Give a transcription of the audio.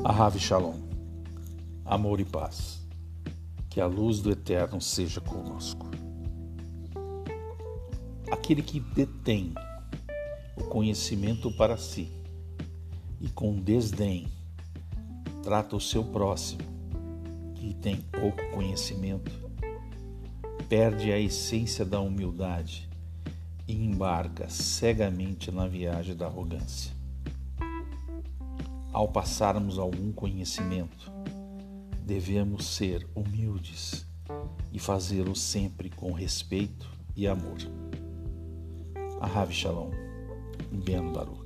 Ahav Shalom, amor e paz, que a luz do Eterno seja conosco. Aquele que detém o conhecimento para si e com desdém trata o seu próximo, que tem pouco conhecimento, perde a essência da humildade e embarca cegamente na viagem da arrogância. Ao passarmos algum conhecimento, devemos ser humildes e fazê-lo sempre com respeito e amor. Ahav Shalom, Ben Baruch.